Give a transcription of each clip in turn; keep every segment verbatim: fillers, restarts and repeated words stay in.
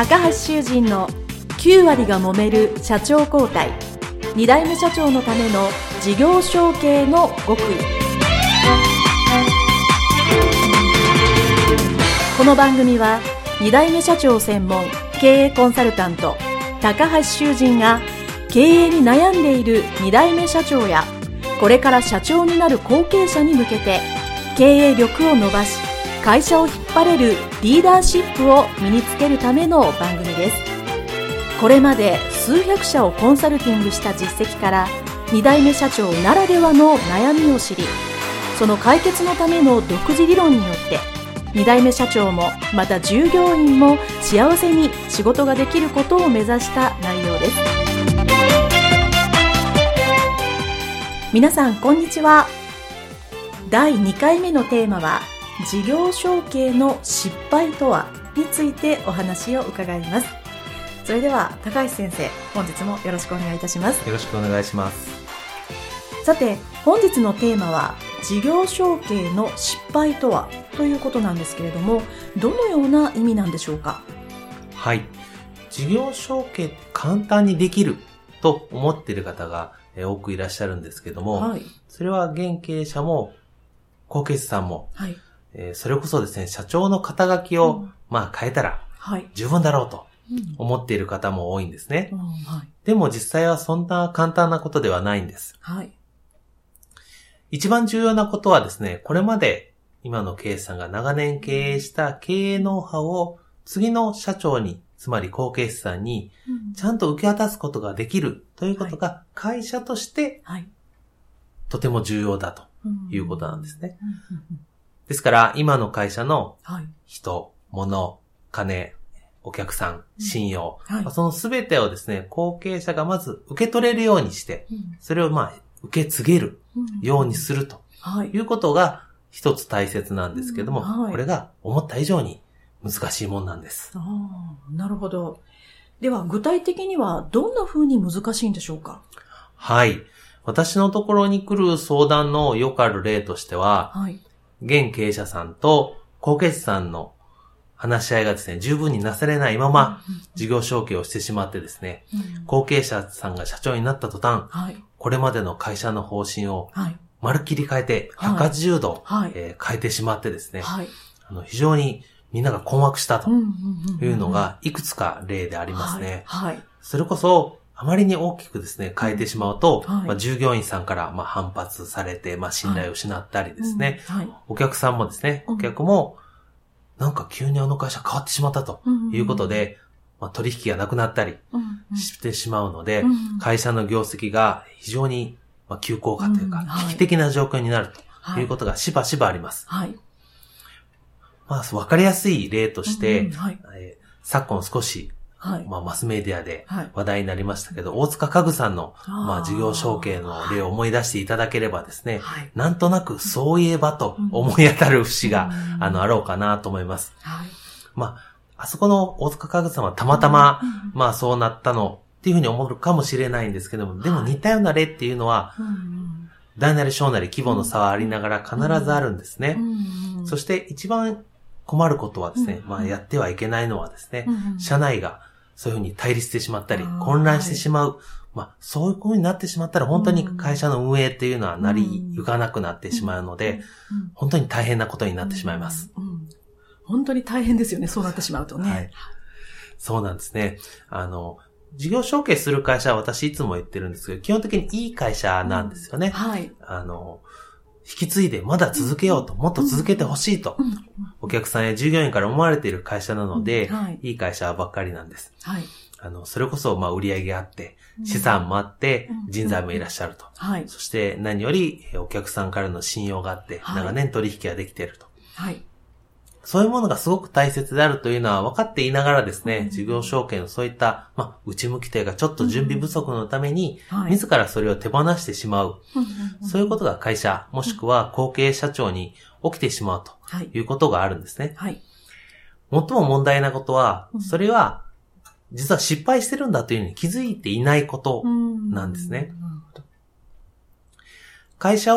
高橋修人のきゅうわりが揉める社長交代、に代目社長のための事業承継の極意。この番組はに代目社長専門経営コンサルタント高橋修人が経営に悩んでいるに代目社長やこれから社長になる後継者に向けて経営力を伸ばし会社を引っ張れるリーダーシップを身につけるための番組です。これまで数百社をコンサルティングした実績からに代目社長ならではの悩みを知り、その解決のための独自理論によってに代目社長もまた従業員も幸せに仕事ができることを目指した内容です。皆さんこんにちは。だいにかいめのテーマは事業承継の失敗とはについてお話を伺います。それでは高橋先生、本日もよろしくお願いいたします。 よろしくお願いします。 さて、本日のテーマは事業承継の失敗とはということなんですけれども、どのような意味なんでしょうか？ はい。事業承継って簡単にできると思っている方が多くいらっしゃるんですけども、はい、それは現経営者も後継者さんも、はい、えー、それこそですね、社長の肩書きを、うん、まあ変えたら十分だろうと思っている方も多いんですね。うんうん、はい、でも実際はそんな簡単なことではないんです。はい、一番重要なことはですね、これまで今の経営者さんが長年経営した経営ノウハウを次の社長に、つまり後継者さんにちゃんと受け渡すことができるということが会社としてとても重要だということなんですね。ですから今の会社の人、物、金、お客さん、信用、はい、そのすべてをですね、後継者がまず受け取れるようにして、それをまあ受け継げるようにするということが一つ大切なんですけども、はい、これが思った以上に難しいもんなんです。 ああ、なるほど。では具体的にはどんな風に難しいんでしょうか？ はい。私のところに来る相談のよくある例としては、はい、現経営者さんと後継者さんの話し合いがですね、十分になされないまま事業承継をしてしまってですね、うん、後継者さんが社長になった途端、はい、これまでの会社の方針をまるっきり変えてひゃくはちじゅうど、はいえー、変えてしまってですね、はい、あの非常にみんなが困惑したというのがいくつか例でありますね。はいはい、それこそあまりに大きくですね、変えてしまうと、はいまあ、従業員さんからまあ反発されて、まあ、信頼を失ったりですね、はいうんはい、お客さんもですね、顧客もなんか急にあの会社変わってしまったということで、まあ、取引がなくなったりしてしまうので、会社の業績が非常にまあ急降下というか、危機的な状況になるということがしばしばあります。はいまあ、わかりやすい例として、うんうんはいえー、昨今少し、はいまあ、マスメディアで話題になりましたけど、はい、大塚家具さんの、まあ、事業承継の例を思い出していただければですね、はい、なんとなくそういえばと思い当たる節が、うん、あの、あろうかなと思います。はい、まあ、あそこの大塚家具さんはたまたま、うん、まあ、そうなったのっていうふうに思うかもしれないんですけども、でも似たような例っていうのは、はい大なり小なり規模の差はありながら必ずあるんですね。うん、そして一番困ることはですね、うん、まあやってはいけないのはですね、うん、社内がそういうふうに対立してしまったり、混乱してしまう。はい、まあそういう風になってしまったら本当に会社の運営っていうのは成り行かなくなってしまうので、うん、本当に大変なことになってしまいます。うんうん、 本当に大変ですよね、そうなってしまうとね。はい、 そうなんですね。あの、事業承継する会社は私いつも言ってるんですけど、基本的にいい会社なんですよね。うん、はい。あの、引き継いでまだ続けようと、もっと続けてほしいと、うん、お客さんや従業員から思われている会社なので、うんはい、いい会社ばっかりなんです。はい。あの、それこそ、まあ、売り上げがあって、資産もあって、人材もいらっしゃると。はい。そして、何より、お客さんからの信用があって、長年取引ができていると。はい。そういうものがすごく大切であるというのは分かっていながらですね、うん、事業承継のそういった、まあ、内向きというかちょっと準備不足のために、うんはい、自らそれを手放してしまう、うん。そういうことが会社、もしくは後継社長に起きてしまうということがあるんですね。はい、最も問題なことは、それは、実は失敗してるんだというふうに気づいていないことなんですね。会社を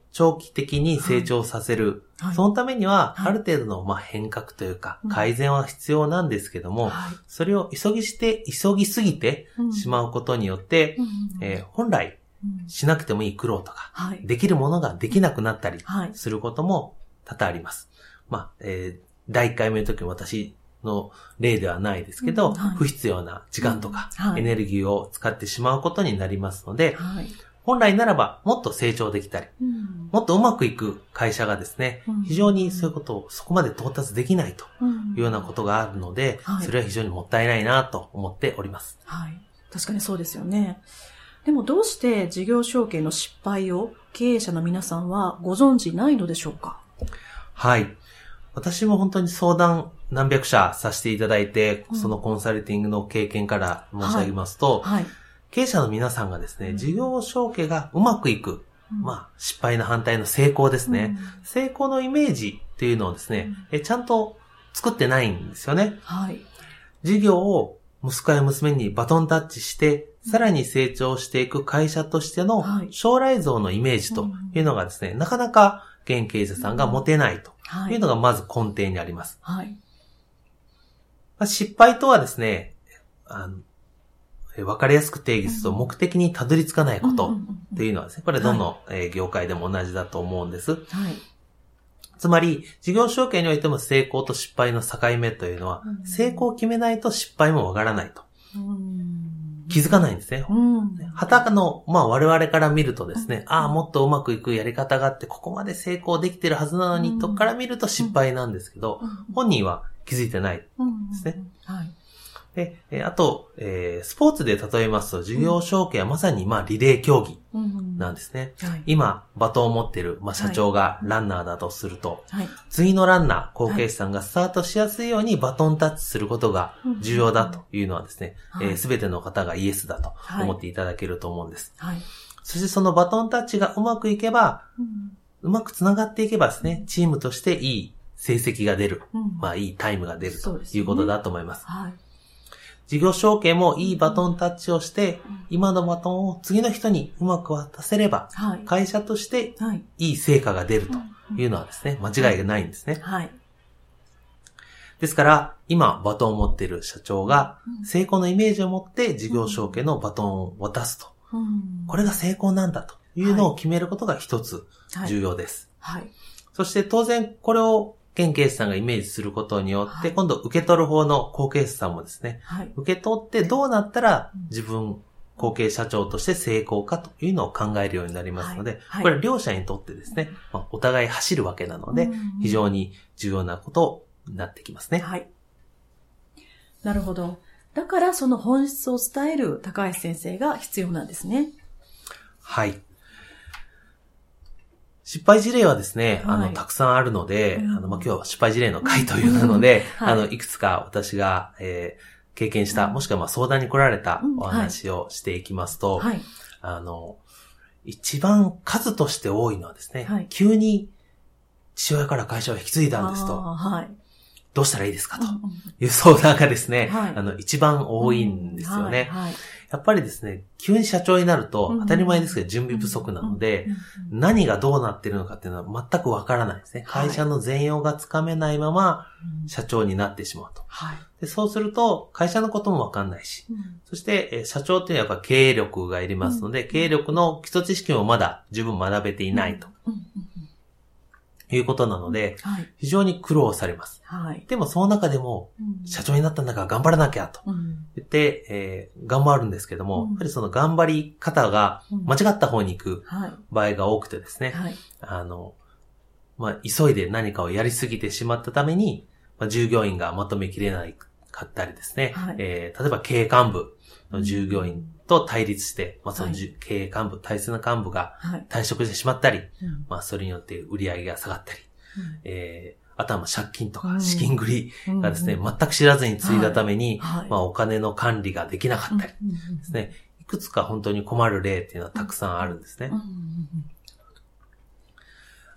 長期的に成長させる。はい、そのためには、ある程度のまあ変革というか、改善は必要なんですけども、はい、それを急ぎして、急ぎすぎてしまうことによって、うんえー、本来しなくてもいい苦労とか、はい、できるものができなくなったりすることも多々あります。まあ、えー、だいいっかいめの時に私の例ではないですけど、うんはい、不必要な時間とか、うんはい、エネルギーを使ってしまうことになりますので、はい本来ならばもっと成長できたり、うん、もっとうまくいく会社がですね、うん、非常にそういうことをそこまで到達できないというようなことがあるので、うん、それは非常にもったいないなと思っております。 はい。確かにそうですよね。でもどうして事業承継の失敗を経営者の皆さんはご存知ないのでしょうか？ はい。私も本当に相談何百社させていただいて、うん、そのコンサルティングの経験から申し上げますと、はいはい経営者の皆さんがですね、事業承継がうまくいく、うん、まあ、失敗の反対の成功ですね、うん。成功のイメージっていうのをですね、うん、えちゃんと作ってないんですよね。はい。事業を息子や娘にバトンタッチして、さらに成長していく会社としての将来像のイメージというのがですね、なかなか現経営者さんが持てないというのがまず根底にあります。はい。まあ、失敗とはですね、あのわかりやすく定義すると目的にたどり着かないことっていうのはですね、これどの業界でも同じだと思うんです。はい、つまり、事業承継においても成功と失敗の境目というのは、成功を決めないと失敗もわからないと。気づかないんですね。旗の、まあ我々から見るとですね、ああ、もっとうまくいくやり方があって、ここまで成功できてるはずなのに、とから見ると失敗なんですけど、本人は気づいてないですね。はいで、あと、えー、スポーツで例えますと、事業承継はまさに、まあ、リレー競技なんですね。うんうんはい、今、バトンを持っている、まあ、社長がランナーだとすると、はい、次のランナー、後継者さんがスタートしやすいようにバトンタッチすることが重要だというのはですね、すべ、はいえー、ての方がイエスだと思っていただけると思うんです。はい、そしてそのバトンタッチがうまくいけば、うん、うまくつながっていけばですね、チームとしていい成績が出る、うん、まあ、いいタイムが出るということだと思います。事業承継もいいバトンタッチをして、うん、今のバトンを次の人にうまく渡せれば、はい、会社としていい成果が出るというのはですね、間違いがないんですね。はい、ですから、今バトンを持っている社長が、成功のイメージを持って事業承継のバトンを渡すと、うん。これが成功なんだというのを決めることが一つ重要です。はいはい、そして当然これを現経営者さんがイメージすることによって、はい、今度受け取る方の後継者さんもですね、はい、受け取ってどうなったら自分後継社長として成功かというのを考えるようになりますので、はいはい、これは両者にとってですね、まあ、お互い走るわけなので、非常に重要なことになってきますね。はい。 なるほど。だからその本質を伝える高橋先生が必要なんですね。 はい。失敗事例はですね、はい、あの、たくさんあるので、うん、あの、まあ、今日は失敗事例の回というなので、はい、あの、いくつか私が、えー、経験した、もしくはまあ相談に来られたお話をしていきますと、うんはい、あの、一番数として多いのはですね、はい、急に父親から会社を引き継いだんですと、はい、どうしたらいいですかという相談がですね、はい、あの、一番多いんですよね。はいはい、やっぱりですね、急に社長になると、当たり前ですけど準備不足なので、何がどうなってるのかっていうのは全くわからないですね。会社の全容がつかめないまま、社長になってしまうと。はい、でそうすると、会社のこともわかんないし、そして、社長っていうのはやっぱ経営力がいりますので、経営力の基礎知識もまだ十分学べていないと。いうことなので、はい、非常に苦労されます。はい、でもその中でも、うん、社長になったんだから頑張らなきゃと言って、うんえー、頑張るんですけども、うん、やっぱりその頑張り方が間違った方に行く場合が多くてですね、はい、あの、まあ、急いで何かをやりすぎてしまったために、まあ、従業員がまとめきれないかったりですね、はいえー、例えば経営幹部の従業員と対立して、まあ、その、はい、経営幹部、大切な幹部が退職してしまったり、はい、まあ、それによって売り上げが下がったり、うんえー、あとはまあ借金とか資金繰りがですね、うん、全く知らずに継いだために、はいまあ、お金の管理ができなかったりですね、いくつか本当に困る例っていうのはたくさんあるんですね。うんうんうん、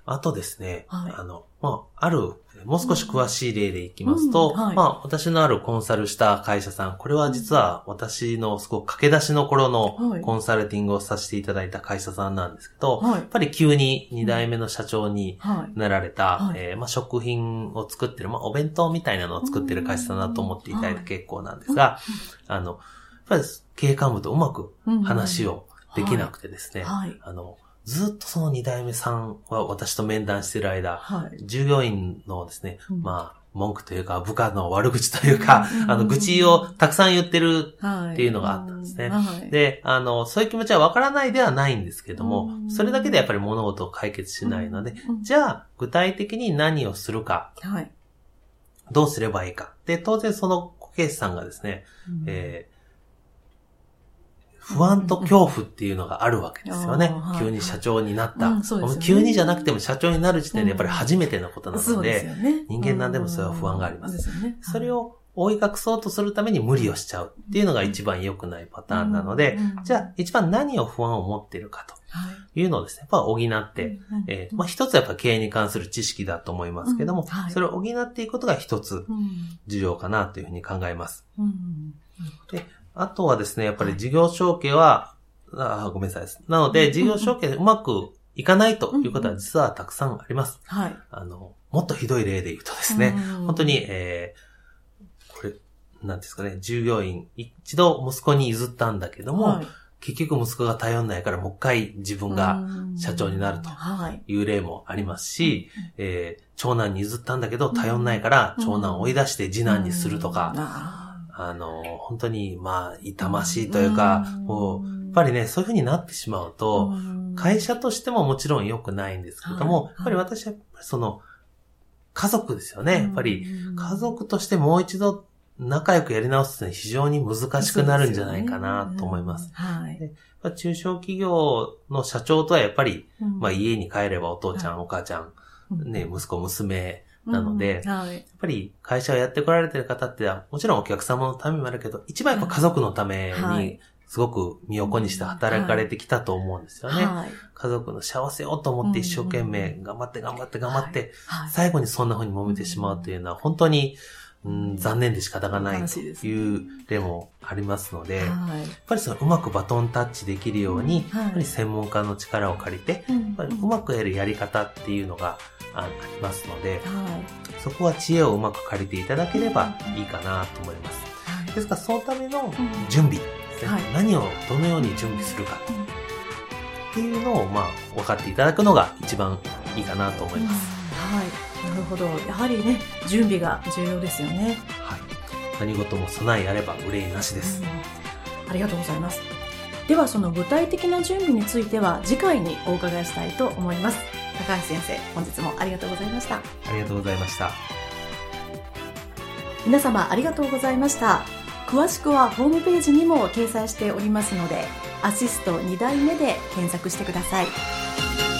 あとですね、 はい、 あの、まあ、ある、もう少し詳しい例でいきますと、 うんうんはい、 まあ、私のあるコンサルした会社さん、これは実は私のすごく駆け出しの頃のコンサルティングをさせていただいた会社さんなんですけど、はい、やっぱり急にに代目の社長になられた、はいえー、まあ、食品を作ってる、まあ、お弁当みたいなのを作ってる会社さんだと思っていただいて結構なんですが、あの、やっぱり経営幹部とうまく話をできなくてですね、はいはい、あの、ずっとその二代目さんは私と面談している間、はい、従業員のですね、うん、まあ、文句というか部下の悪口というか、うん、あの、愚痴をたくさん言ってるっていうのがあったんですね。はい、で、あの、そういう気持ちはわからないではないんですけども、うん、それだけでやっぱり物事を解決しないので、うん、じゃあ、具体的に何をするか、はい、どうすればいいか。で、当然その小ケースさんがですね、うんえー不安と恐怖っていうのがあるわけですよね。うんうん、急に社長になった、うんね。急にじゃなくても社長になる時点でやっぱり初めてのことなので、うんね、人間なんでもそれは不安があります。うんね、それを覆い隠そうとするために無理をしちゃうっていうのが一番良くないパターンなので、うんうん、じゃあ一番何を不安を持っているかというのをですね、やっぱ補って、うんえーまあ、一つはやっぱ経営に関する知識だと思いますけども、うんはい、それを補っていくことが一つ重要かなというふうに考えます。うん、であとはですね、やっぱり事業承継は、あごめんなさいです。なので、事業承継でうまくいかないということは実はたくさんあります。はい。あの、もっとひどい例で言うとですね、本当に、えー、これ、なんですかね、従業員、一度息子に譲ったんだけども、はい、結局息子が頼んないからもう一回自分が社長になるという例もありますし、えー、長男に譲ったんだけど頼んないから長男を追い出して次男にするとか、あの、本当に、まあ、痛ましいというか、うん、もう、やっぱりね、そういう風になってしまうと、うん、会社としてももちろん良くないんですけども、はい、やっぱり私は、その、家族ですよね。やっぱり、家族としてもう一度仲良くやり直すのは非常に難しくなるんじゃないかなと思います。すねうんはい、で中小企業の社長とはやっぱり、うん、まあ、家に帰ればお父ちゃん、はい、お母ちゃん、ね、息子、娘、なので、うんはい、やっぱり会社をやってこられてる方ってもちろんお客様のためもあるけど、一番やっぱ家族のためにすごく身を粉にして働かれてきたと思うんですよね。はい、家族の幸せをと思って一生懸命頑張って頑張って頑張って、最後にそんな風に揉めてしまうというのは本当に、うん、残念で仕方がないという例もありますので、はい、やっぱりそのうまくバトンタッチできるように、はい、やっぱり専門家の力を借りて、やっぱりうまくやるやり方っていうのがありますので、はい、そこは知恵をうまく借りていただければいいかなと思います。はい、ですからそのための準備ですね、はい、何をどのように準備するかっていうのをまあ分かっていただくのが一番いいかなと思います。 うん、はい。なるほど。やはりね、準備が重要ですよね。 はい。何事も備えあれば憂いなしです、 うん。ありがとうございます。ではその具体的な準備については次回にお伺いしたいと思います。高橋先生、本日もありがとうございました。 ありがとうございました。 皆様ありがとうございました。詳しくはホームページにも掲載しておりますので、アシストに代目で検索してください。